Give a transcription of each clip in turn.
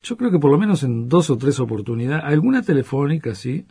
yo creo que por lo menos en 2 o 3 oportunidades, alguna telefónica, sí,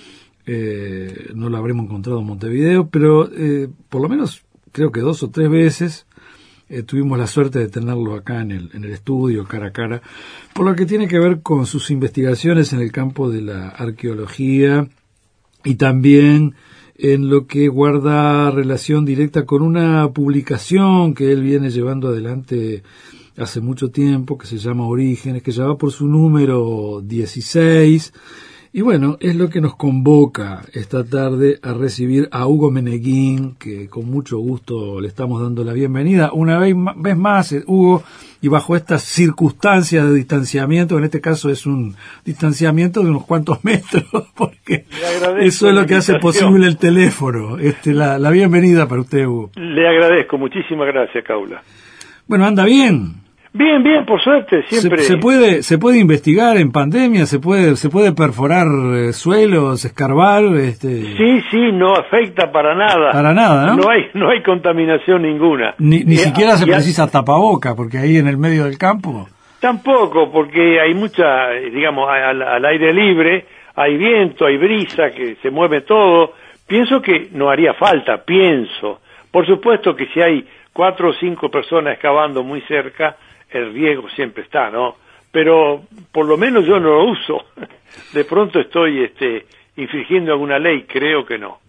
no la habremos encontrado en Montevideo, pero por lo menos creo que 2 o 3 veces tuvimos la suerte de tenerlo acá en el estudio, cara a cara, por lo que tiene que ver con sus investigaciones en el campo de la arqueología y también en lo que guarda relación directa con una publicación que él viene llevando adelante hace mucho tiempo, que se llama Orígenes, que ya va por su número 16. Y bueno, es lo que nos convoca esta tarde a recibir a Hugo Meneguín, que con mucho gusto le estamos dando la bienvenida. Una vez más, Hugo, y bajo estas circunstancias de distanciamiento, en este caso es un distanciamiento de unos cuantos metros, porque eso es lo que hace posible el teléfono. La bienvenida para usted, Hugo. Le agradezco, muchísimas gracias, Caula. Bueno, anda bien. Bien, por suerte, siempre. Se puede investigar en pandemia, se puede perforar suelos, escarbar, Sí, no afecta para nada. Para nada, ¿no? No hay contaminación ninguna. Ni siquiera se precisa tapaboca, porque ahí en el medio del campo. Tampoco, porque hay mucha, digamos, al aire libre, hay viento, hay brisa, que se mueve todo. Pienso que no haría falta, Por supuesto que si hay 4 o 5 personas excavando muy cerca, el riesgo siempre está, ¿no? Pero por lo menos yo no lo uso. De pronto estoy infringiendo alguna ley, creo que no.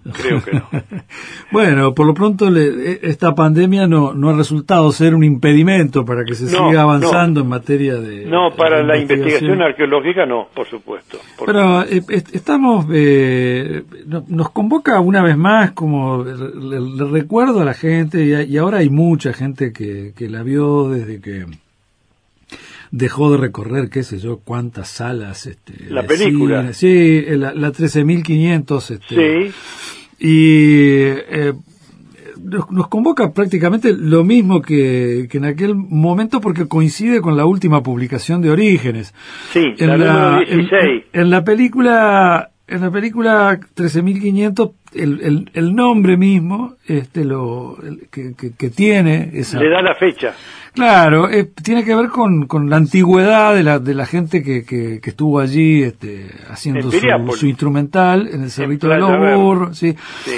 Bueno, por lo pronto esta pandemia no ha resultado ser un impedimento para que se siga avanzando en materia de... No, para la investigación arqueológica no, por supuesto. Pero estamos... nos convoca una vez más, como le recuerdo a la gente, y ahora hay mucha gente que la vio desde que dejó de recorrer, qué sé yo, cuántas salas. La película. Cine, sí, la 13.500. Sí. Y nos convoca prácticamente lo mismo que en aquel momento, porque coincide con la última publicación de Orígenes. Sí, número 16. En la película 13.500, el nombre mismo, que tiene esa... Le da la fecha. Claro, tiene que ver con la antigüedad de la gente que estuvo allí haciendo su instrumental en el Cerrito de los Burros, sí.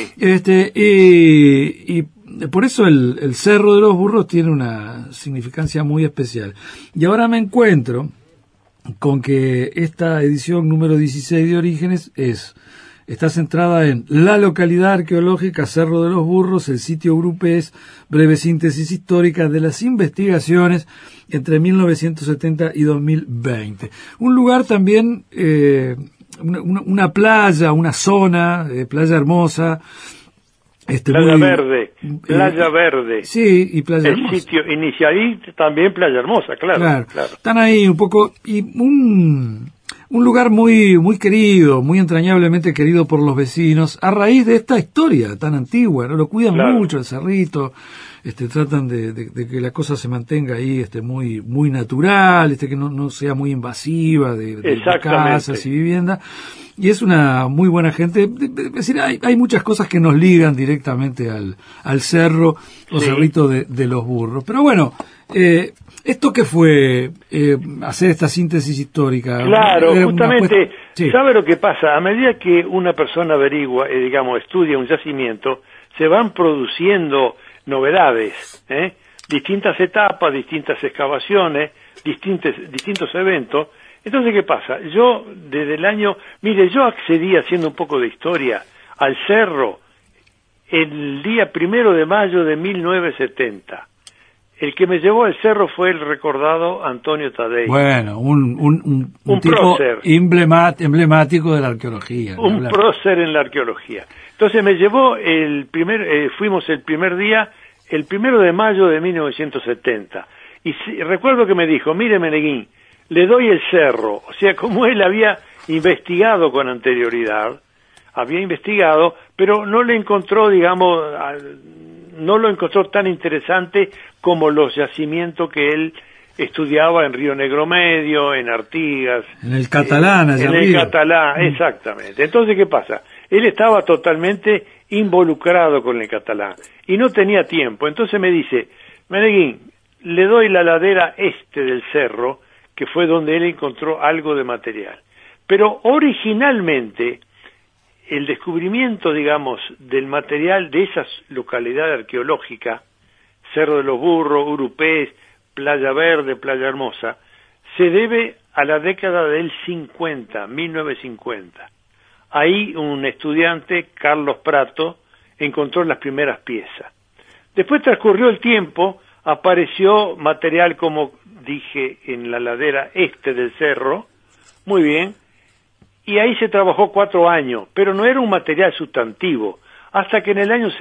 Y por eso el Cerro de los Burros tiene una significancia muy especial. Y ahora me encuentro con que esta edición número 16 de Orígenes está centrada en la localidad arqueológica Cerro de los Burros, el sitio grupés, breve síntesis histórica de las investigaciones entre 1970 y 2020. Un lugar también, una playa, una zona, playa hermosa. Playa Verde. Sí, y Playa Hermosa. El sitio inicial y también Playa Hermosa, claro. Están ahí un poco, y un lugar muy querido, muy entrañablemente querido por los vecinos, a raíz de esta historia tan antigua, ¿no? Lo cuidan mucho el cerrito, tratan de que la cosa se mantenga ahí, muy natural, que no sea muy invasiva de casas y viviendas. Y es una muy buena gente. Es decir, hay muchas cosas que nos ligan directamente al cerro o cerrito de los Burros. Pero bueno, ¿esto qué fue hacer esta síntesis histórica? Claro, justamente, ¿sabe lo que pasa? A medida que una persona averigua, estudia un yacimiento, se van produciendo novedades, distintas etapas, distintas excavaciones, distintos eventos. Entonces, ¿qué pasa? Yo, desde el año... Mire, yo accedí, haciendo un poco de historia, al cerro el día 1 de mayo de 1970. El que me llevó al cerro fue el recordado Antonio Tadei. Bueno, un tipo emblemático de la arqueología. Un prócer en la arqueología. Entonces me llevó fuimos el primer día, el 1 de mayo de 1970. Y recuerdo que me dijo, mire Meneguín, le doy el cerro. O sea, como él había investigado con anterioridad, pero no le encontró, no lo encontró tan interesante como los yacimientos que él estudiaba en Río Negro Medio, en Artigas. En el Catalán, exactamente. Entonces, ¿qué pasa? Él estaba totalmente involucrado con el Catalán y no tenía tiempo. Entonces me dice, Meneguín, le doy la ladera del cerro, que fue donde él encontró algo de material. Pero originalmente, el descubrimiento, digamos, del material de esa localidad arqueológica, Cerro de los Burros, Urupés, Playa Verde, Playa Hermosa, se debe a la década del 50, 1950. Ahí un estudiante, Carlos Prato, encontró las primeras piezas. Después transcurrió el tiempo, apareció material, como dije, en la ladera este del cerro, muy bien, y ahí se trabajó 4 años, pero no era un material sustantivo, hasta que en el año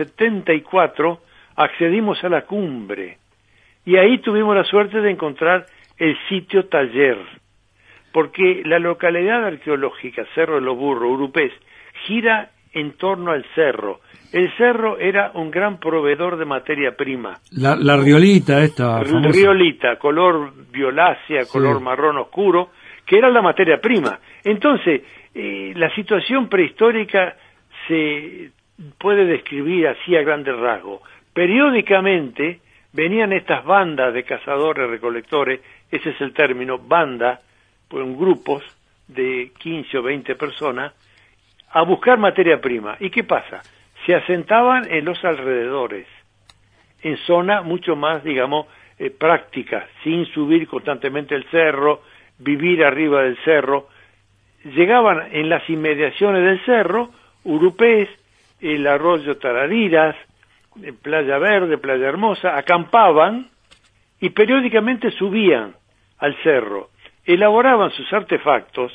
74 accedimos a la cumbre, y ahí tuvimos la suerte de encontrar el sitio taller, porque la localidad arqueológica Cerro de los Burros, Urupés, gira en torno al cerro. El cerro era un gran proveedor de materia prima. La riolita esta famosa. Riolita, color violácea, color marrón oscuro, que era la materia prima. Entonces, la situación prehistórica se puede describir así a grandes rasgos. Periódicamente venían estas bandas de cazadores, recolectores, ese es el término, banda, pues grupos de 15 o 20 personas, a buscar materia prima. ¿Y qué pasa? Se asentaban en los alrededores, en zona mucho más, digamos, práctica, sin subir constantemente el cerro, vivir arriba del cerro. Llegaban en las inmediaciones del cerro, Urupés, el arroyo Tarariras, Playa Verde, Playa Hermosa, acampaban y periódicamente subían al cerro, elaboraban sus artefactos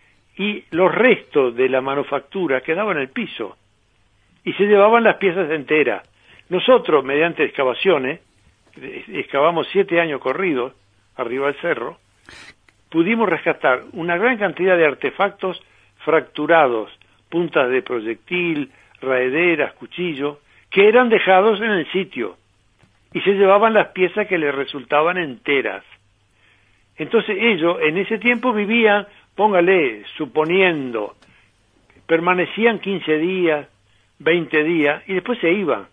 y los restos de la manufactura quedaban en el piso y se llevaban las piezas enteras. Nosotros, mediante excavaciones, excavamos 7 años corridos arriba del cerro, pudimos rescatar una gran cantidad de artefactos fracturados, puntas de proyectil, raederas, cuchillos, que eran dejados en el sitio y se llevaban las piezas que les resultaban enteras. Entonces ellos en ese tiempo vivían, póngale, suponiendo, permanecían 15 días, 20 días y después se iban.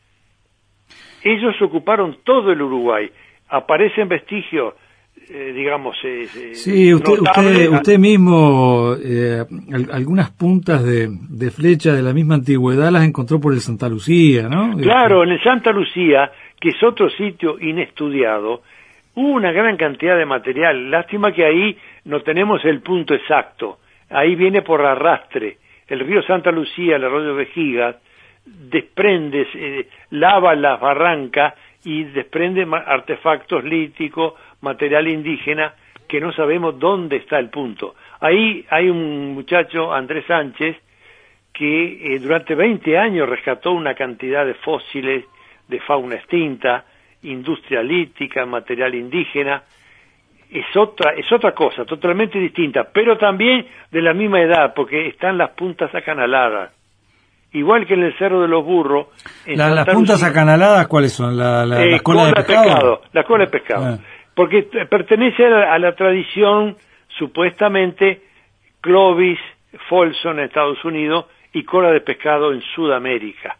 Ellos ocuparon todo el Uruguay. Aparecen vestigios, digamos... sí, usted mismo, algunas puntas de flecha de la misma antigüedad las encontró por el Santa Lucía, ¿no? Claro, en el Santa Lucía, que es otro sitio inestudiado, hubo una gran cantidad de material. Lástima que ahí no tenemos el punto exacto. Ahí viene por arrastre. El río Santa Lucía, el arroyo Vejigas, desprende, lava las barrancas y desprende artefactos líticos, material indígena, que no sabemos dónde está el punto. Ahí hay un muchacho, Andrés Sánchez, que durante 20 años rescató una cantidad de fósiles, de fauna extinta, industria lítica, material indígena. Es otra cosa, totalmente distinta, pero también de la misma edad, porque están las puntas acanaladas. Igual que en el Cerro de los Burros. ¿Las puntas acanaladas cuáles son? ¿La cola de pescado? La cola de pescado. Porque pertenece a la tradición, supuestamente, Clovis, Folsom en Estados Unidos y cola de pescado en Sudamérica.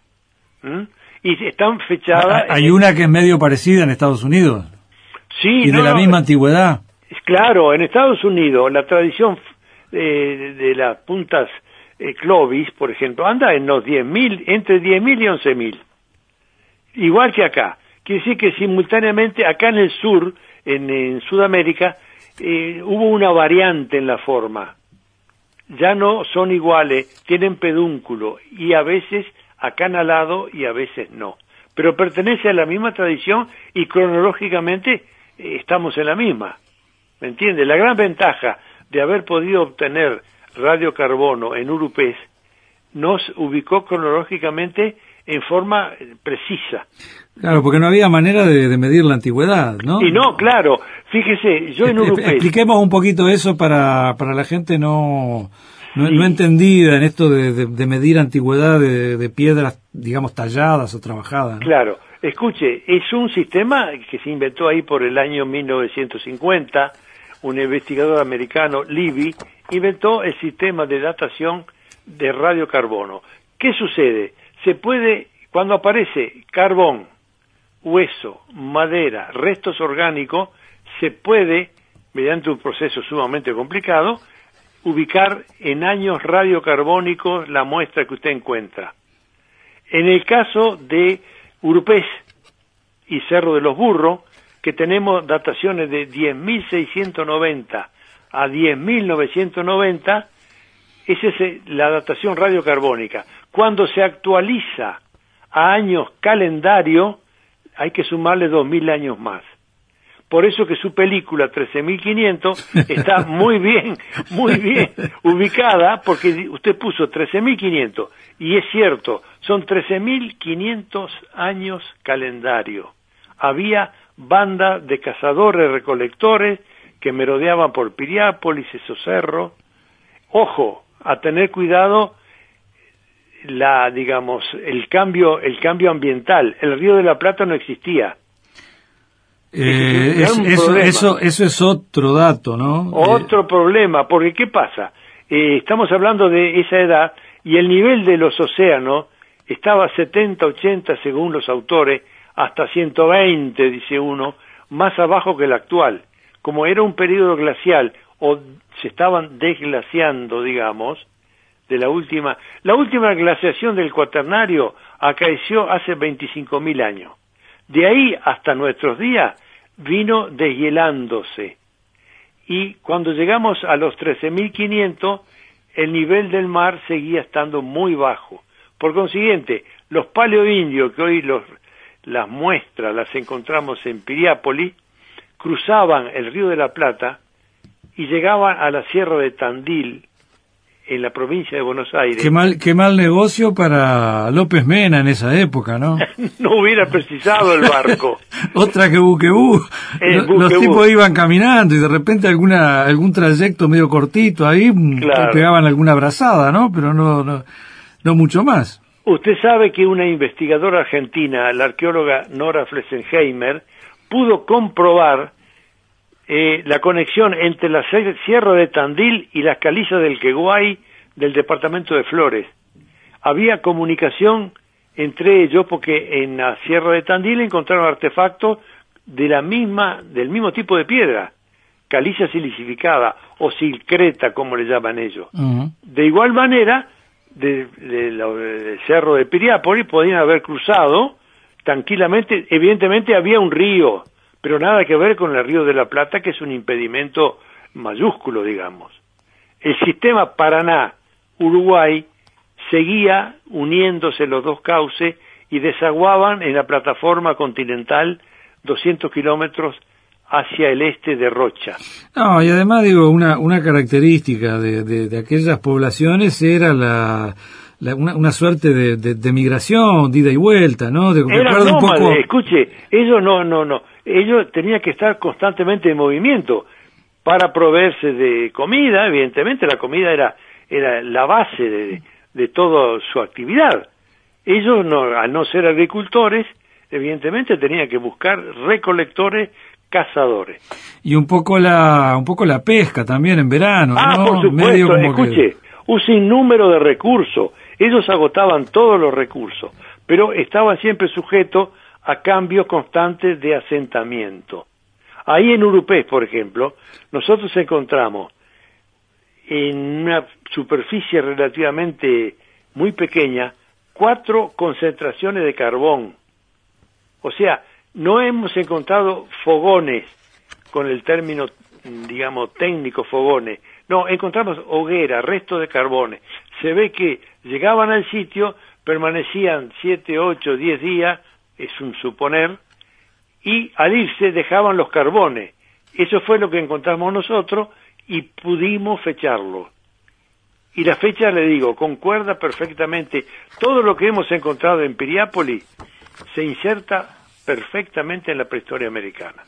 Y están fechadas... ¿Hay una que es medio parecida en Estados Unidos? Sí. ¿Y de la misma antigüedad? Claro, en Estados Unidos la tradición de las puntas Clovis, por ejemplo, anda en los 10.000, entre 10.000 y 11.000. Igual que acá. Quiere decir que simultáneamente acá en el sur, en Sudamérica, hubo una variante en la forma. Ya no son iguales, tienen pedúnculo y a veces acanalado y a veces no. Pero pertenece a la misma tradición y cronológicamente estamos en la misma. ¿Me entiende? La gran ventaja de haber podido obtener radiocarbono en Urupés nos ubicó cronológicamente en forma precisa. Claro, porque no había manera de medir la antigüedad, ¿no? Y no, claro. Fíjese, yo en Urupés... Expliquemos un poquito eso para la gente no entendida en esto de medir antigüedad de piedras, digamos, talladas o trabajadas, ¿no? Claro. Escuche, es un sistema que se inventó ahí por el año 1950, un investigador americano, Libby, inventó el sistema de datación de radiocarbono. ¿Qué sucede? Se puede, cuando aparece carbón, hueso, madera, restos orgánicos, se puede mediante un proceso sumamente complicado, ubicar en años radiocarbónicos la muestra que usted encuentra. En el caso de Urupés y Cerro de los Burros, que tenemos dataciones de 10.690 a 10.990, esa es la datación radiocarbónica. Cuando se actualiza a años calendario, hay que sumarle 2.000 años más. Por eso que su película 13.500 está muy bien ubicada, porque usted puso 13.500, y es cierto, son 13.500 años calendario. Había banda de cazadores-recolectores que merodeaban por Piriápolis, esos cerros. Ojo, a tener cuidado el cambio ambiental. El Río de la Plata no existía. Eso es otro dato, ¿no? Otro problema, porque ¿qué pasa? Estamos hablando de esa edad y el nivel de los océanos estaba 70, 80 según los autores, hasta 120, dice uno, más abajo que el actual. Como era un periodo glacial, o se estaban desglaciando, digamos, de la última glaciación del Cuaternario acaeció hace 25.000 años. De ahí hasta nuestros días vino deshielándose. Y cuando llegamos a los 13.500, el nivel del mar seguía estando muy bajo. Por consiguiente, los paleoindios, que hoy las muestras las encontramos en Piriápolis, cruzaban el Río de la Plata y llegaban a la Sierra de Tandil, en la provincia de Buenos Aires. Qué mal negocio para López Mena en esa época, ¿no? No hubiera precisado el barco. Otra que buquebú. Los tipos iban caminando y de repente algún trayecto medio cortito ahí, claro, pegaban alguna brazada, ¿no? Pero no mucho más. Usted sabe que una investigadora argentina, la arqueóloga Nora Flessenheimer, pudo comprobar la conexión entre la Sierra de Tandil y las calizas del Queguay del departamento de Flores. Había comunicación entre ellos porque en la Sierra de Tandil encontraron artefactos del mismo tipo de piedra, caliza silicificada o silcreta, como le llaman ellos. Uh-huh. De igual manera, del cerro de Piriápolis podían haber cruzado tranquilamente. Evidentemente había un río, pero nada que ver con el Río de la Plata, que es un impedimento mayúsculo, digamos. El sistema Paraná-Uruguay seguía uniéndose los dos cauces y desaguaban en la plataforma continental 200 kilómetros hacia el este de Rocha. No, y además digo, una característica de aquellas poblaciones era una suerte de migración, de ida y vuelta, ¿no? Era nómade, escuche, ellos no. Ellos tenían que estar constantemente en movimiento para proveerse de comida. Evidentemente la comida era la base de toda su actividad. Ellos, al no ser agricultores, evidentemente tenían que buscar recolectores, cazadores. Y un poco la pesca también en verano, ¿no? Por supuesto, escuche, un sinnúmero de recursos. Ellos agotaban todos los recursos, pero estaban siempre sujetos a cambios constantes de asentamiento. Ahí en Urupés, por ejemplo, nosotros encontramos en una superficie relativamente muy pequeña 4 concentraciones de carbón. O sea, no hemos encontrado fogones, con el término, digamos, técnico, fogones. No, encontramos hoguera, restos de carbones. Se ve que llegaban al sitio, permanecían 7, 8, 10 días, es un suponer, y al irse dejaban los carbones. Eso fue lo que encontramos nosotros y pudimos fecharlo. Y la fecha, le digo, concuerda perfectamente. Todo lo que hemos encontrado en Piriápolis se inserta perfectamente en la prehistoria americana.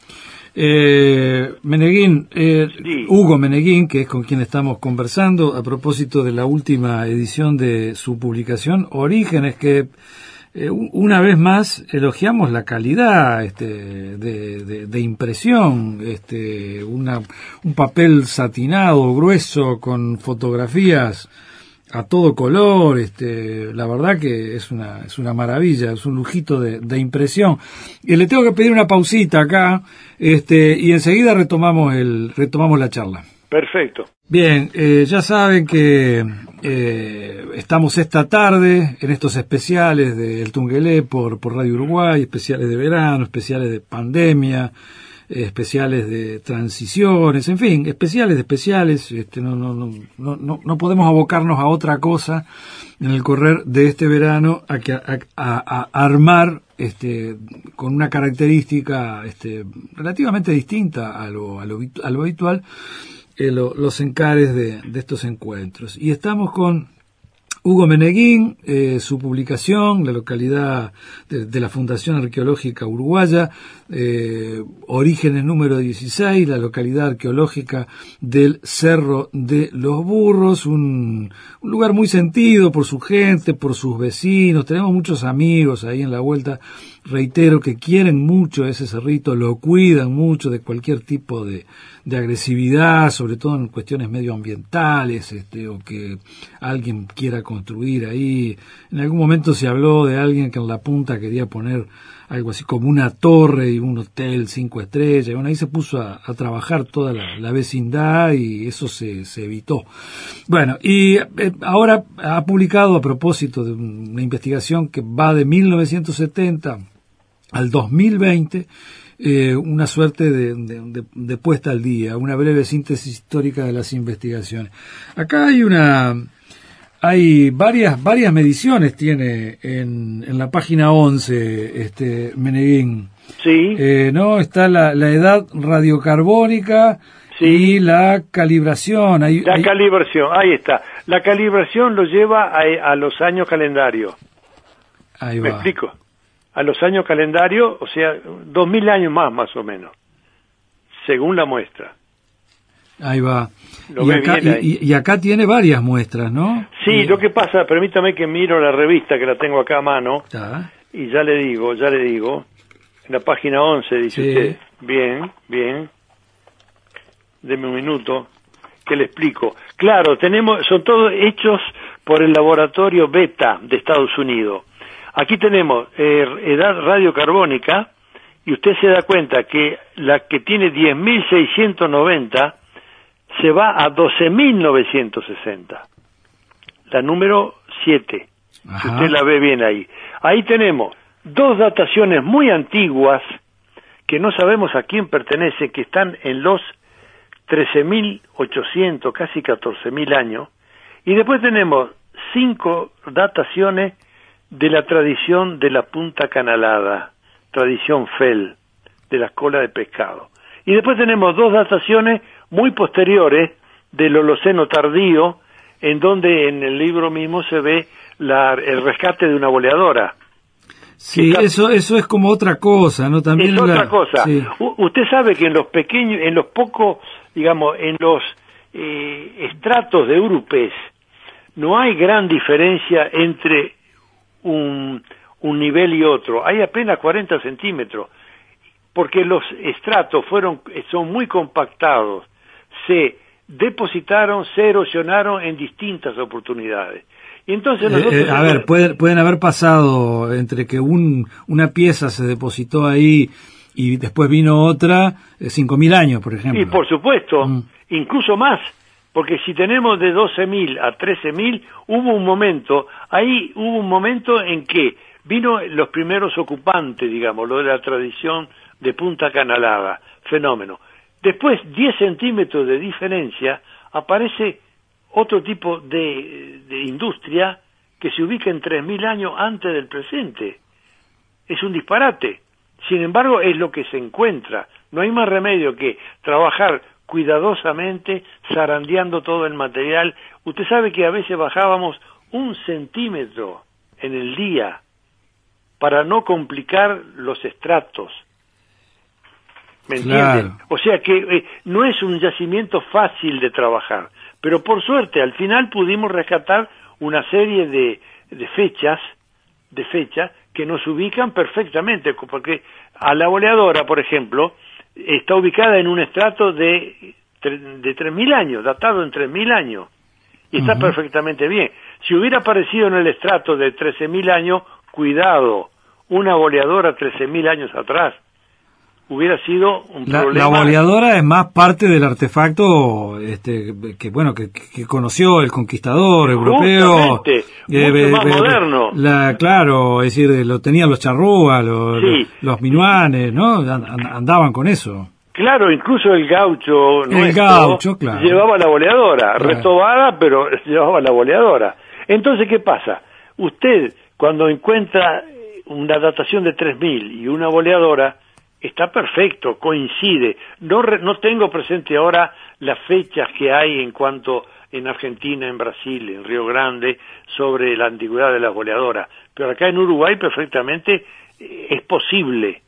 Meneguín, sí. Hugo Meneguín, que es con quien estamos conversando a propósito de la última edición de su publicación Orígenes, que una vez más elogiamos la calidad de impresión, un papel satinado, grueso, con fotografías a todo color, la verdad que es una maravilla, es un lujito de impresión. Y le tengo que pedir una pausita acá, y enseguida retomamos la charla. Perfecto. Bien, ya saben que estamos esta tarde en estos especiales del Tungelé por Radio Uruguay, especiales de verano, especiales de pandemia, especiales de transiciones, en fin, especiales de especiales. No podemos abocarnos a otra cosa en el correr de este verano a armar con una característica relativamente distinta a lo habitual, los encares de estos encuentros. Y estamos con Hugo Meneguín, su publicación, la localidad de la Fundación Arqueológica Uruguaya, Orígenes número 16, la localidad arqueológica del Cerro de los Burros, un lugar muy sentido por su gente, por sus vecinos. Tenemos muchos amigos ahí en la vuelta, reitero, que quieren mucho ese cerrito, lo cuidan mucho de cualquier tipo de agresividad, sobre todo en cuestiones medioambientales, o que alguien quiera construir ahí. En algún momento se habló de alguien que en la punta quería poner algo así como una torre y un hotel 5 estrellas, y bueno, ahí se puso a trabajar toda la vecindad y eso se evitó. Bueno, y ahora ha publicado, a propósito de una investigación que va de 1970 al 2020, una suerte de puesta al día, una breve síntesis histórica de las investigaciones. Acá hay varias mediciones tiene en la página 11, Meneguín. Sí. ¿No? Está la edad radiocarbónica, sí, y la calibración. Calibración, ahí está. La calibración lo lleva a los años calendario. Ahí va. ¿Me explico? A los años calendario, o sea, 2000 años más o menos, según la muestra. Ahí va. Y acá tiene varias muestras, ¿no? Sí, lo que pasa, permítame que miro la revista, que la tengo acá a mano, y ya le digo, en la página 11 dice usted. Bien, deme un minuto, que le explico. Claro, son todos hechos por el laboratorio Beta de Estados Unidos. Aquí tenemos edad radiocarbónica, y usted se da cuenta que la que tiene 10.690 se va a 12.960. La número 7. Ajá. Si usted la ve bien ahí. Ahí tenemos dos dataciones muy antiguas que no sabemos a quién pertenecen, que están en los 13.800, casi 14.000 años. Y después tenemos 5 dataciones de la tradición de la punta canalada, tradición Fel, de la cola de pescado. Y después tenemos 2 dataciones muy posteriores del Holoceno tardío, en donde en el libro mismo se ve el rescate de una boleadora. Sí, eso es como otra cosa, ¿no? También es otra cosa. Sí. Usted sabe que en los pequeños, en los pocos, digamos, en los estratos de Urupés, no hay gran diferencia entre un nivel y otro. Hay apenas 40 centímetros, porque los estratos son muy compactados, se depositaron, se erosionaron en distintas oportunidades. Y entonces nosotros pueden haber pasado entre que una pieza se depositó ahí y después vino otra, 5.000 años, por ejemplo. Y por supuesto, incluso más, porque si tenemos de 12.000 a 13.000, hubo un momento en que vino los primeros ocupantes, digamos, lo de la tradición de Punta Canalada, fenómeno. Después, 10 centímetros de diferencia, aparece otro tipo de industria que se ubica en 3.000 años antes del presente. Es un disparate. Sin embargo, es lo que se encuentra. No hay más remedio que trabajar cuidadosamente, zarandeando todo el material. Usted sabe que a veces bajábamos 1 centímetro en el día para no complicar los estratos. ¿Me entiende? Claro. O sea que no es un yacimiento fácil de trabajar, pero por suerte al final pudimos rescatar una serie de fechas que nos ubican perfectamente, porque a la boleadora, por ejemplo, está ubicada en un estrato de 3.000 años, datado en 3.000 años, y está perfectamente bien. Si hubiera aparecido en el estrato de 13.000 años, cuidado, una boleadora 13.000 años atrás, hubiera sido un problema. La boleadora es más parte del artefacto que conoció el conquistador europeo. Mucho más moderno. Claro, es decir, lo tenían los charrúas, los minuanes, ¿no? Andaban con eso. Claro, incluso el gaucho claro, llevaba la boleadora, retobada, pero llevaba la boleadora. Entonces, ¿qué pasa? Usted, cuando encuentra una datación de 3.000 y una boleadora, está perfecto, coincide. No tengo presente ahora las fechas que hay en cuanto en Argentina, en Brasil, en Río Grande, sobre la antigüedad de las boleadoras. Pero acá en Uruguay perfectamente es posible,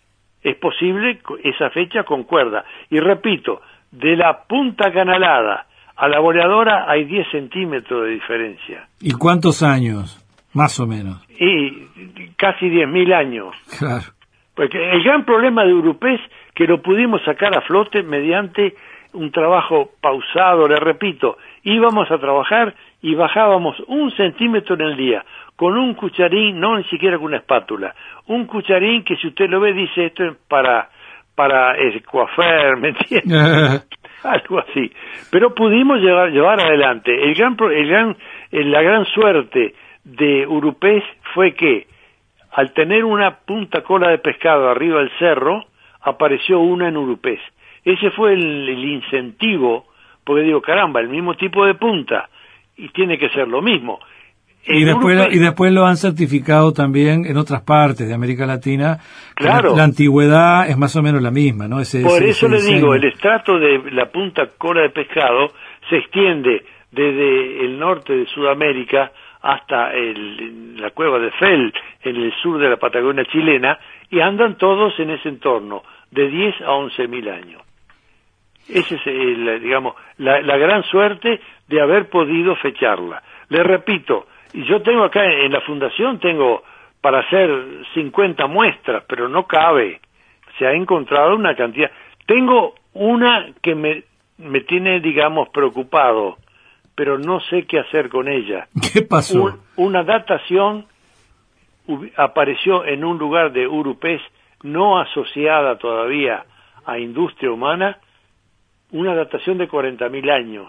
esa fecha concuerda. Y repito, de la punta canalada a la boleadora hay 10 centímetros de diferencia. ¿Y cuántos años, más o menos? Y casi 10.000 años. Claro. Porque el gran problema de Urupés, que lo pudimos sacar a flote mediante un trabajo pausado, le repito, íbamos a trabajar y bajábamos 1 centímetro en el día, con un cucharín, no ni siquiera con una espátula, un cucharín que si usted lo ve dice esto es para el coafer, ¿me entiende? Algo así. Pero pudimos llevar adelante. La gran suerte de Urupés fue que al tener una punta cola de pescado arriba del cerro, apareció una en Urupés. Ese fue el incentivo, porque digo, caramba, el mismo tipo de punta, y tiene que ser lo mismo. Y después lo han certificado también en otras partes de América Latina. Claro. La antigüedad es más o menos la misma, ¿no? Por eso le digo, el estrato de la punta cola de pescado se extiende desde el norte de Sudamérica hasta la cueva de Fell, en el sur de la Patagonia chilena, y andan todos en ese entorno, de 10 a 11.000 años. Esa es, la gran suerte de haber podido fecharla. Le repito, yo tengo acá en la fundación, tengo para hacer 50 muestras, pero no cabe. Se ha encontrado una cantidad. Tengo una que me tiene, preocupado, pero no sé qué hacer con ella. ¿Qué pasó? Una datación apareció en un lugar de Urupés, no asociada todavía a industria humana, una datación de 40.000 años.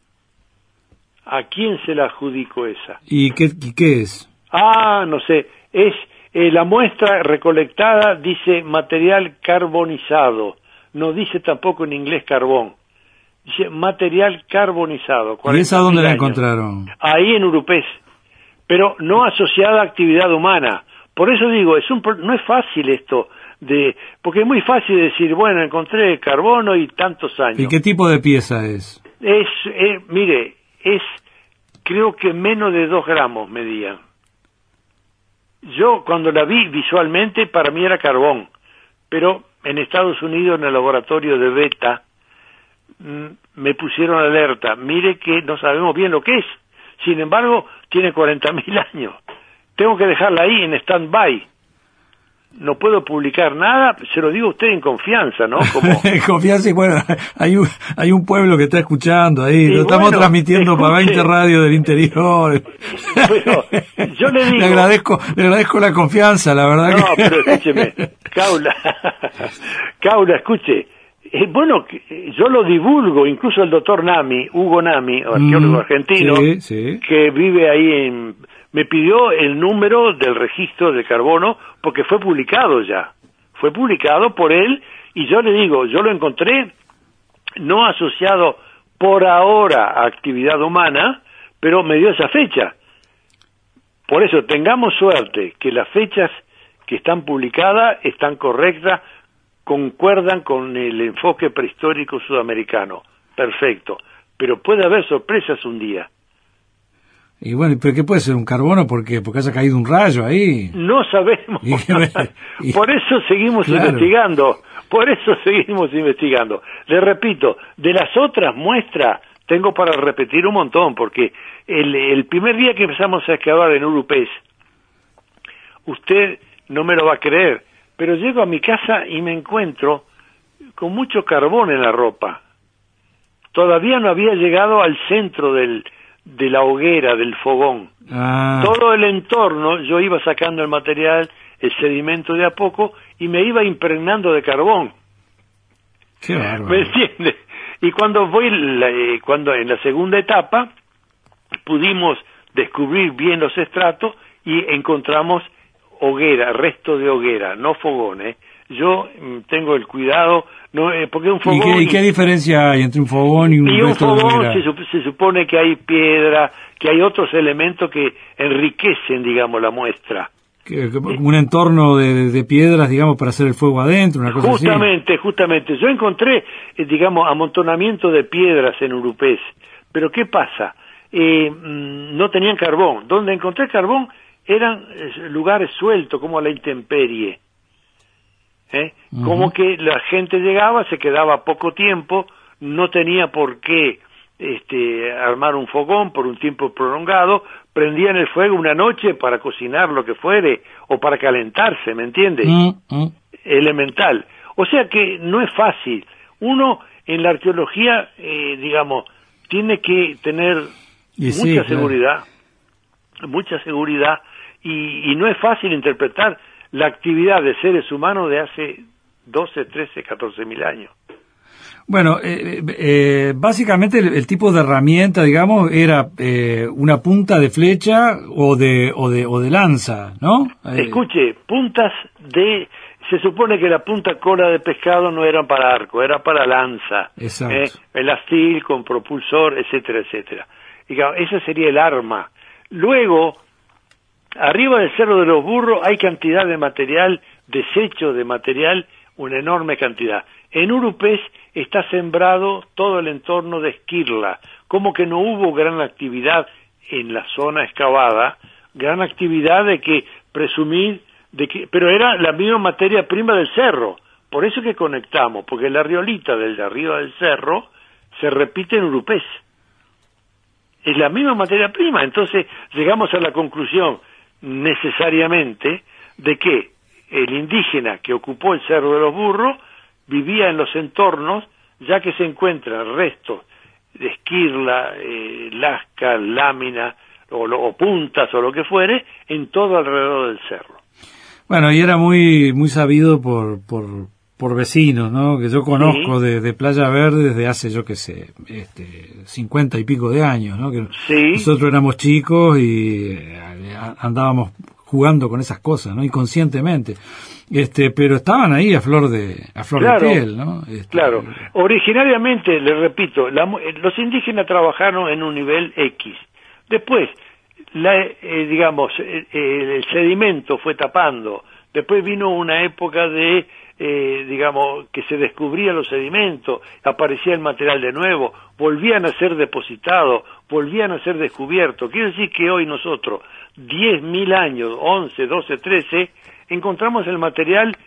¿A quién se la adjudico esa? ¿Y qué es? No sé, es la muestra recolectada, dice material carbonizado, no dice tampoco en inglés carbón. Dice material carbonizado. ¿Y esa dónde la encontraron? Ahí en Urupés, pero no asociada a actividad humana. Por eso digo, no es fácil esto, porque es muy fácil decir, bueno, encontré carbono y tantos años. ¿Y qué tipo de pieza es? Mire, creo que menos de 2 gramos medían. Yo cuando la vi visualmente, para mí era carbón, pero en Estados Unidos, en el laboratorio de Beta, me pusieron alerta, mire que no sabemos bien lo que es, sin embargo tiene 40.000 años, tengo que dejarla ahí en stand-by, no puedo publicar nada, se lo digo a usted en confianza, ¿no? En confianza, y bueno, hay un pueblo que está escuchando ahí, lo estamos transmitiendo para 20 radios del interior. Pero yo le digo... Le agradezco la confianza, la verdad. No, pero escúcheme, Caula, escuche, bueno, yo lo divulgo, incluso el doctor Hugo Nami, arqueólogo argentino, sí. Que vive ahí me pidió el número del registro de carbono porque fue publicado ya. Fue publicado por él y yo le digo, yo lo encontré no asociado por ahora a actividad humana, pero me dio esa fecha. Por eso, tengamos suerte que las fechas que están publicadas están correctas, concuerdan con el enfoque prehistórico sudamericano. Perfecto. Pero puede haber sorpresas un día. Y bueno, ¿pero qué puede ser? ¿Un carbono? ¿Por qué? ¿Porque haya caído un rayo ahí? No sabemos. Por eso seguimos investigando. Le repito, de las otras muestras tengo para repetir un montón, porque el primer día que empezamos a excavar en Urupés, usted no me lo va a creer, pero llego a mi casa y me encuentro con mucho carbón en la ropa. Todavía no había llegado al centro del de la hoguera, del fogón. Todo el entorno, yo iba sacando el material, el sedimento de a poco, y me iba impregnando de carbón. Qué bárbaro. ¿Me entiendes? Y cuando cuando en la segunda etapa pudimos descubrir bien los estratos y encontramos hoguera, resto de hoguera, no fogones. Yo tengo el cuidado, no, porque un fogón... ¿Y qué diferencia hay entre un fogón y un resto de hoguera? Se supone que hay piedra, que hay otros elementos que enriquecen, digamos, la muestra. Un entorno de piedras, digamos, para hacer el fuego adentro, una cosa así. Justamente. Yo encontré, digamos, amontonamiento de piedras en Urupés. Pero ¿qué pasa? No tenían carbón. Donde encontré carbón eran lugares sueltos, como a la intemperie. Como que la gente llegaba, se quedaba poco tiempo, no tenía por qué armar un fogón por un tiempo prolongado, prendían el fuego una noche para cocinar lo que fuere, o para calentarse, ¿me entiendes? Elemental. O sea que no es fácil. Uno en la arqueología, digamos, tiene que tener mucha seguridad, y no es fácil interpretar la actividad de seres humanos de hace 12, 13, 14 mil años. Bueno, básicamente el tipo de herramienta, digamos, era una punta de flecha o de lanza, ¿no? Escuche, se supone que la punta cola de pescado no eran para arco, era para lanza. Exacto. El astil con propulsor, etcétera, etcétera. Digamos, ese sería el arma. Luego, arriba del Cerro de los Burros hay cantidad de material, desecho de material, una enorme cantidad. En Urupés está sembrado todo el entorno de Esquirla, como que no hubo gran actividad en la zona excavada, gran actividad pero era la misma materia prima del cerro, por eso que conectamos, porque la riolita del de arriba del cerro se repite en Urupés. Es la misma materia prima, entonces llegamos a la conclusión necesariamente de que el indígena que ocupó el Cerro de los Burros vivía en los entornos, ya que se encuentran restos de esquirla, lasca, lámina o puntas o lo que fuere en todo alrededor del cerro. Bueno, y era muy sabido por vecinos, ¿no? Que yo conozco de Playa Verde desde hace, yo qué sé, 50 y pico de años, ¿no? Que nosotros éramos chicos y andábamos jugando con esas cosas, ¿no? Inconscientemente. Pero estaban ahí a flor de piel, ¿no? Claro. Originariamente, les repito, los indígenas trabajaron en un nivel X. Después, digamos, el sedimento fue tapando. Después vino una época digamos, que se descubrían los sedimentos, aparecía el material de nuevo, volvían a ser depositados, volvían a ser descubiertos. Quiere decir que hoy nosotros, 10.000 años, 11, 12, 13, encontramos el material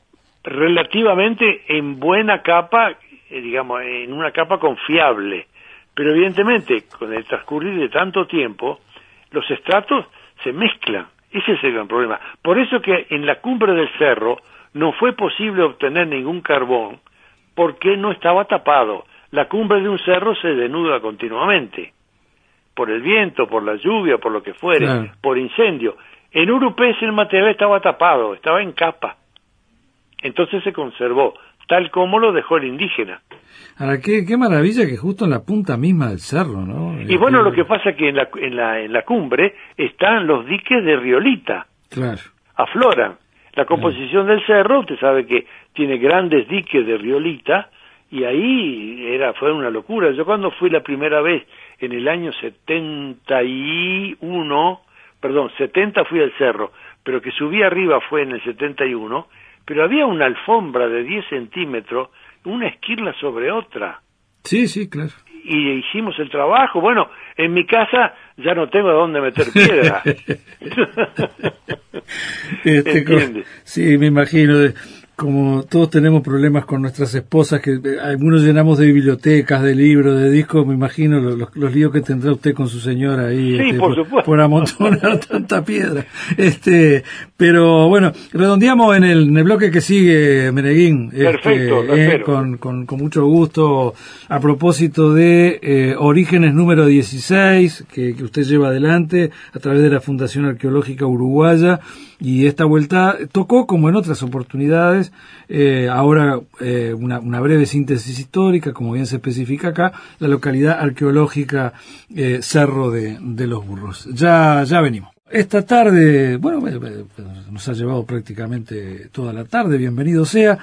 relativamente en buena capa, digamos, en una capa confiable. Pero evidentemente, con el transcurrir de tanto tiempo, los estratos se mezclan. Ese es el gran problema. Por eso que en la cumbre del cerro no fue posible obtener ningún carbón, porque no estaba tapado. La cumbre de un cerro se denuda continuamente, por el viento, por la lluvia, por lo que fuere, por incendio. En Urupés el material estaba tapado, estaba en capa. Entonces se conservó, tal como lo dejó el indígena. Ahora, qué maravilla que justo en la punta misma del cerro, ¿no? Y bueno, lo que pasa es que en la cumbre están los diques de riolita. Claro. Afloran. La composición del cerro, usted sabe que tiene grandes diques de riolita, y ahí fue una locura. Yo cuando fui la primera vez, en el año 70 fui al cerro, pero que subí arriba fue en el 71, pero había una alfombra de 10 centímetros, una esquirla sobre otra. Sí, claro. Y hicimos el trabajo. Bueno, en mi casa ya no tengo dónde meter piedra. ¿Entiendes? Sí, me imagino. como todos tenemos problemas con nuestras esposas, que algunos llenamos de bibliotecas, de libros, de discos, me imagino los líos que tendrá usted con su señora ahí, sí, por supuesto, por amontonar tanta piedra. Pero bueno, redondeamos en el bloque que sigue, Meneguín. Perfecto, con mucho gusto, a propósito de Orígenes número 16, que usted lleva adelante a través de la Fundación Arqueológica Uruguaya, y esta vuelta tocó, como en otras oportunidades, ahora una breve síntesis histórica, como bien se especifica acá, la localidad arqueológica Cerro de los Burros. Ya venimos. Esta tarde, bueno, nos ha llevado prácticamente toda la tarde, bienvenido sea.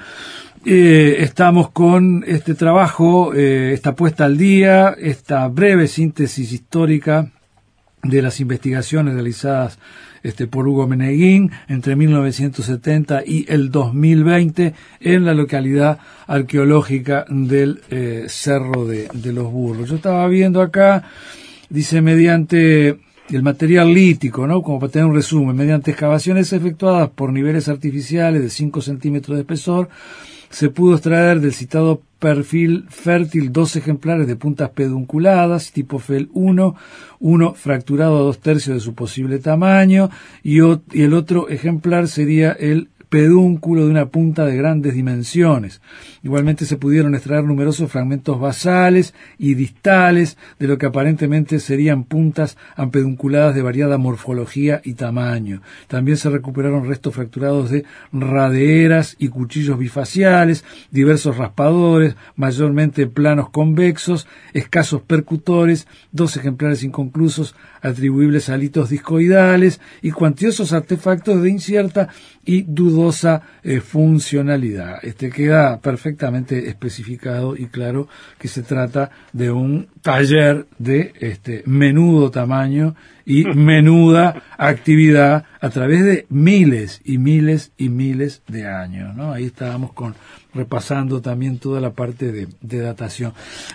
Estamos con este trabajo, esta puesta al día, esta breve síntesis histórica de las investigaciones realizadas por Hugo Meneguín entre 1970 y el 2020 en la localidad arqueológica del Cerro de los Burros. Yo estaba viendo acá, dice, mediante el material lítico, ¿no? Como para tener un resumen, mediante excavaciones efectuadas por niveles artificiales de 5 centímetros de espesor, se pudo extraer del citado perfil fértil 2 ejemplares de puntas pedunculadas, tipo FEL 1, uno fracturado a 2/3 de su posible tamaño, y el otro ejemplar sería el pedúnculo de una punta de grandes dimensiones. Igualmente se pudieron extraer numerosos fragmentos basales y distales de lo que aparentemente serían puntas ampedunculadas de variada morfología y tamaño. También se recuperaron restos fracturados de radeeras y cuchillos bifaciales, diversos raspadores, mayormente planos convexos, escasos percutores, 2 ejemplares inconclusos atribuibles a litos discoidales y cuantiosos artefactos de incierta y dudosa funcionalidad. Queda perfectamente especificado y claro que se trata de un taller de menudo tamaño y menuda actividad a través de miles y miles y miles de años, ¿no? Ahí estábamos repasando también toda la parte de datación.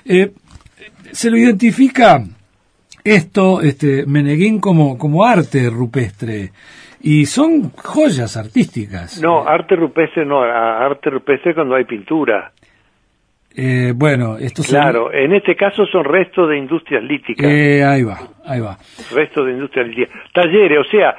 Se lo identifica esto, Meneguín, como arte rupestre. Y son joyas artísticas. No, arte rupestre no, arte rupestre cuando hay pintura. Bueno, esto claro, en este caso son restos de industrias líticas. Ahí va. Restos de industrias líticas. Talleres, o sea,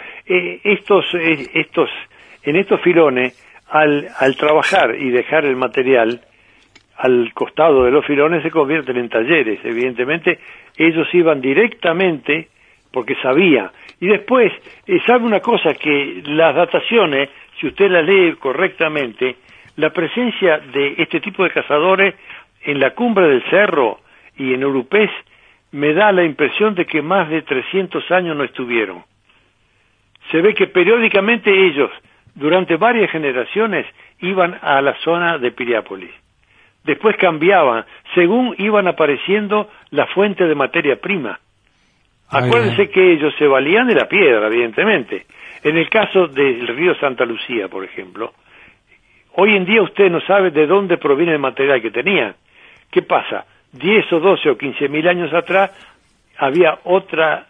en estos filones, al trabajar y dejar el material al costado de los filones, se convierten en talleres. Evidentemente, ellos iban directamente porque sabía. Y después, sabe una cosa, que las dataciones, si usted las lee correctamente, la presencia de este tipo de cazadores en la cumbre del cerro y en Urupés me da la impresión de que más de 300 años no estuvieron. Se ve que periódicamente ellos, durante varias generaciones, iban a la zona de Piriápolis. Después cambiaban, según iban apareciendo la fuente de materia prima. Acuérdense que ellos se valían de la piedra, evidentemente. En el caso del río Santa Lucía, por ejemplo, hoy en día usted no sabe de dónde proviene el material que tenían. ¿Qué pasa? 10 o 12 o 15.000 años atrás había otra,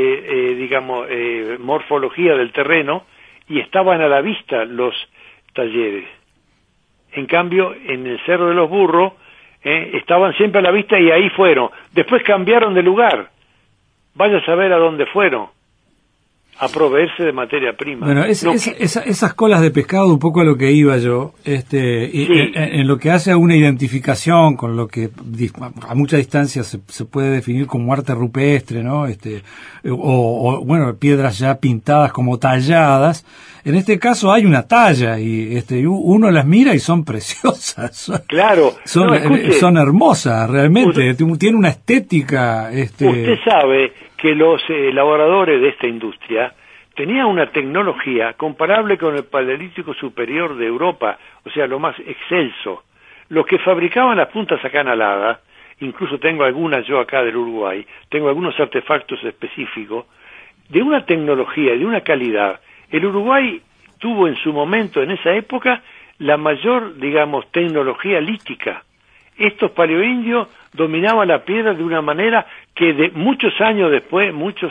morfología del terreno y estaban a la vista los talleres. En cambio, en el Cerro de los Burros, estaban siempre a la vista y ahí fueron. Después cambiaron de lugar. Vaya a saber a dónde fueron, a proveerse de materia prima. Bueno, esas colas de pescado, un poco a lo que iba yo, sí. En lo que hace a una identificación con lo que a mucha distancia se puede definir como arte rupestre, ¿no? Bueno, piedras ya pintadas como talladas. En este caso hay una talla y uno las mira y son preciosas. Claro. Son hermosas, realmente. Tiene una estética. Usted sabe que los elaboradores de esta industria tenían una tecnología comparable con el Paleolítico Superior de Europa, o sea, lo más excelso. Los que fabricaban las puntas acanaladas, incluso tengo algunas yo acá del Uruguay, tengo algunos artefactos específicos, de una tecnología y de una calidad. El Uruguay tuvo en su momento, en esa época, la mayor, tecnología lítica. Estos paleoindios dominaban la piedra de una manera que de muchos años después,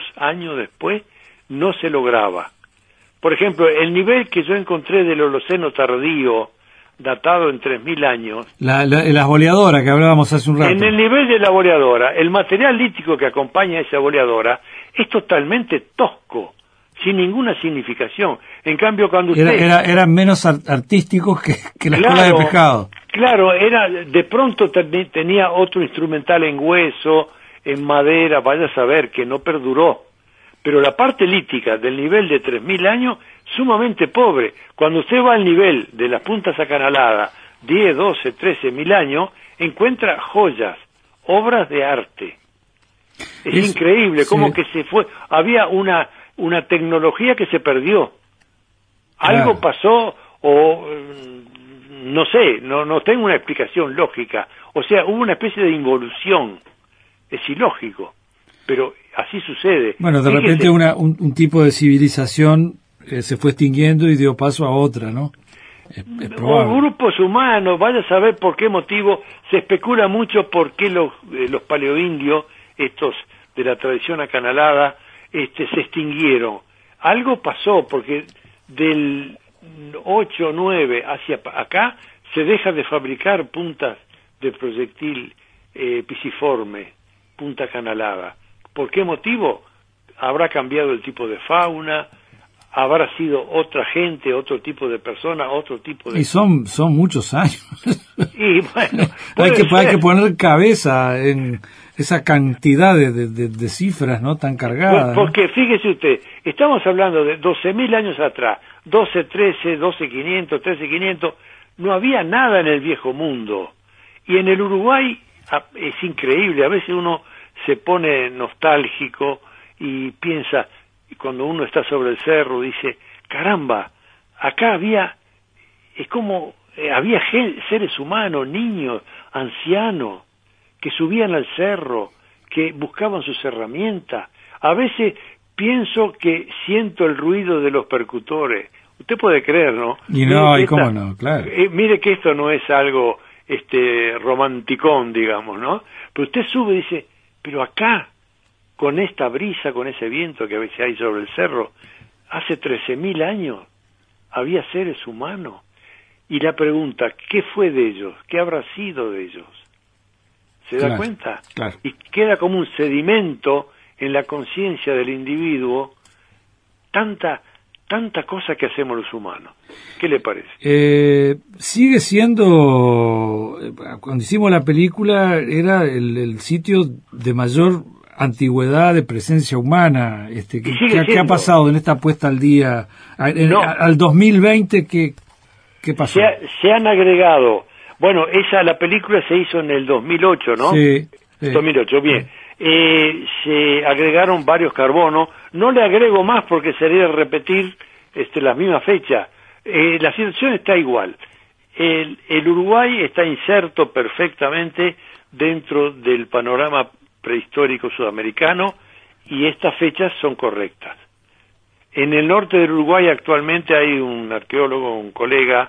no se lograba. Por ejemplo, el nivel que yo encontré del Holoceno tardío, datado en 3.000 años. Las boleadoras que hablábamos hace un rato. En el nivel de la boleadora, el material lítico que acompaña a esa boleadora es totalmente tosco, sin ninguna significación. En cambio, cuando usted... Eran menos artísticos que la escuela de pescado. Claro, de pronto tenía otro instrumental en hueso, en madera, vaya a saber, que no perduró. Pero la parte lítica del nivel de 3.000 años, sumamente pobre. Cuando usted va al nivel de las puntas acanaladas, 10, 12, 13.000 años, encuentra joyas, obras de arte. Es increíble cómo que se fue. Había una tecnología que se perdió. Algo pasó o no sé, no tengo una explicación lógica. O sea, hubo una especie de involución. Es ilógico, pero así sucede. Bueno, de repente un tipo de civilización se fue extinguiendo y dio paso a otra, ¿no? Es probable. Grupos humanos, vaya a saber por qué motivo. Se especula mucho por qué los paleoindios, estos de la tradición acanalada, se extinguieron. Algo pasó, porque del 8 o 9 hacia acá se deja de fabricar puntas de proyectil pisiforme, punta acanalada. ¿Por qué motivo? Habrá cambiado el tipo de fauna, habrá sido otra gente, otro tipo de persona, otro tipo de... Y son muchos años. Y bueno, hay que poner cabeza en esa cantidad de cifras, ¿no? Tan cargadas. Porque fíjese usted, estamos hablando de 12.000 años atrás, 12.13, 12.500, 13.500, no había nada en el viejo mundo. Y en el Uruguay es increíble, a veces uno se pone nostálgico y piensa, cuando uno está sobre el cerro, dice, caramba, acá había seres humanos, niños, ancianos, que subían al cerro, que buscaban sus herramientas. A veces pienso que siento el ruido de los percutores. Usted puede creer, ¿no? Y no, y cómo no, claro. Mire que esto no es algo romanticón, digamos, ¿no? Pero usted sube y dice, pero acá, con esta brisa, con ese viento que a veces hay sobre el cerro, hace 13.000 años había seres humanos. Y la pregunta, ¿qué fue de ellos? ¿Qué habrá sido de ellos? ¿Se da cuenta? Claro. Y queda como un sedimento en la conciencia del individuo, tanta cosa que hacemos los humanos. ¿Qué le parece? Sigue siendo, cuando hicimos la película, era el sitio de mayor antigüedad de presencia humana. ¿Qué ha pasado en esta puesta al día? Al 2020, ¿qué pasó? Se han agregado, bueno, la película se hizo en el 2008, ¿no? Sí. 2008, bien. Se agregaron varios carbonos. No le agrego más porque sería repetir las mismas fechas. La situación está igual. El Uruguay está inserto perfectamente dentro del panorama prehistórico sudamericano y estas fechas son correctas. En el norte del Uruguay actualmente hay un arqueólogo, un colega,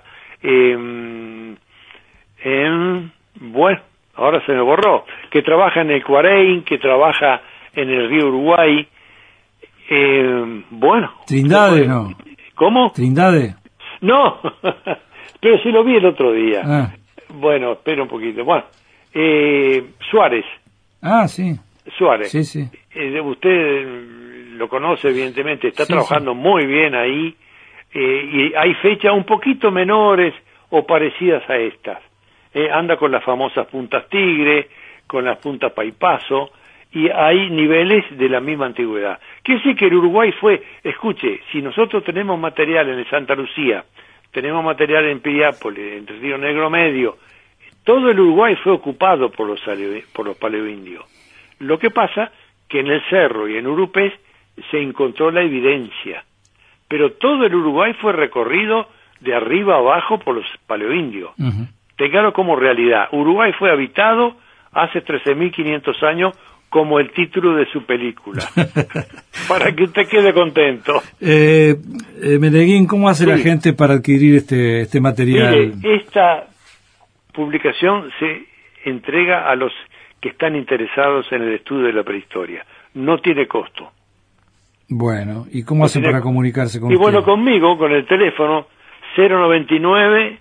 bueno, ahora se me borró, que trabaja en el Cuarein, que trabaja en el río Uruguay. Bueno. Trindade, ¿no? ¿Cómo? Trindade. No, pero sí lo vi el otro día. Ah. Bueno, espera un poquito. Bueno, Suárez. Ah, sí. Suárez. Sí, sí. Usted lo conoce, evidentemente, está trabajando muy bien ahí, y hay fechas un poquito menores o parecidas a estas. Anda con las famosas puntas Tigre, con las puntas Paipazo, y hay niveles de la misma antigüedad. Quiere decir que el Uruguay escuche, si nosotros tenemos material en el Santa Lucía, tenemos material en Piriápolis, en Río Negro Medio, todo el Uruguay fue ocupado por los paleoindios. Lo que pasa que en el Cerro y en Urupés se encontró la evidencia, pero todo el Uruguay fue recorrido de arriba a abajo por los paleoindios. Uh-huh. Téngalo como realidad. Uruguay fue habitado hace 13.500 años, como el título de su película, para que usted quede contento. Meneguín, ¿cómo hace la gente para adquirir este material? Mire, esta publicación se entrega a los que están interesados en el estudio de la prehistoria. No tiene costo. Bueno, ¿y cómo hacen para comunicarse con usted? Y bueno, conmigo, con el teléfono 099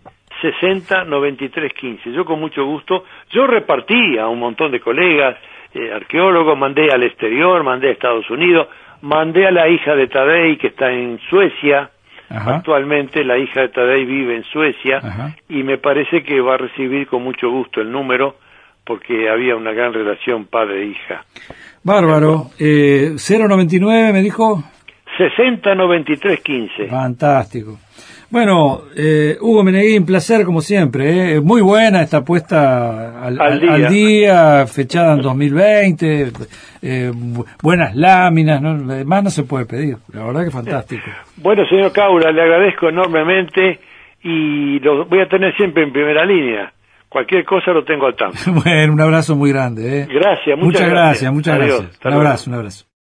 609315. Yo con mucho gusto, yo repartí a un montón de colegas, arqueólogos, mandé al exterior, mandé a Estados Unidos, mandé a la hija de Tadei que está en Suecia. Ajá. Actualmente la hija de Tadei vive en Suecia. Ajá. Y me parece que va a recibir con mucho gusto el número porque había una gran relación padre-hija. Bárbaro. 099 me dijo. 609315. Fantástico. Bueno, Hugo Meneguín, placer como siempre. Muy buena esta puesta al día, fechada en 2020, buenas láminas, ¿no? Más no se puede pedir, la verdad que fantástico. Bueno, señor Caura, le agradezco enormemente y lo voy a tener siempre en primera línea. Cualquier cosa lo tengo al tanto. Bueno, un abrazo muy grande. Gracias, muchas gracias. Muchas gracias. Un abrazo.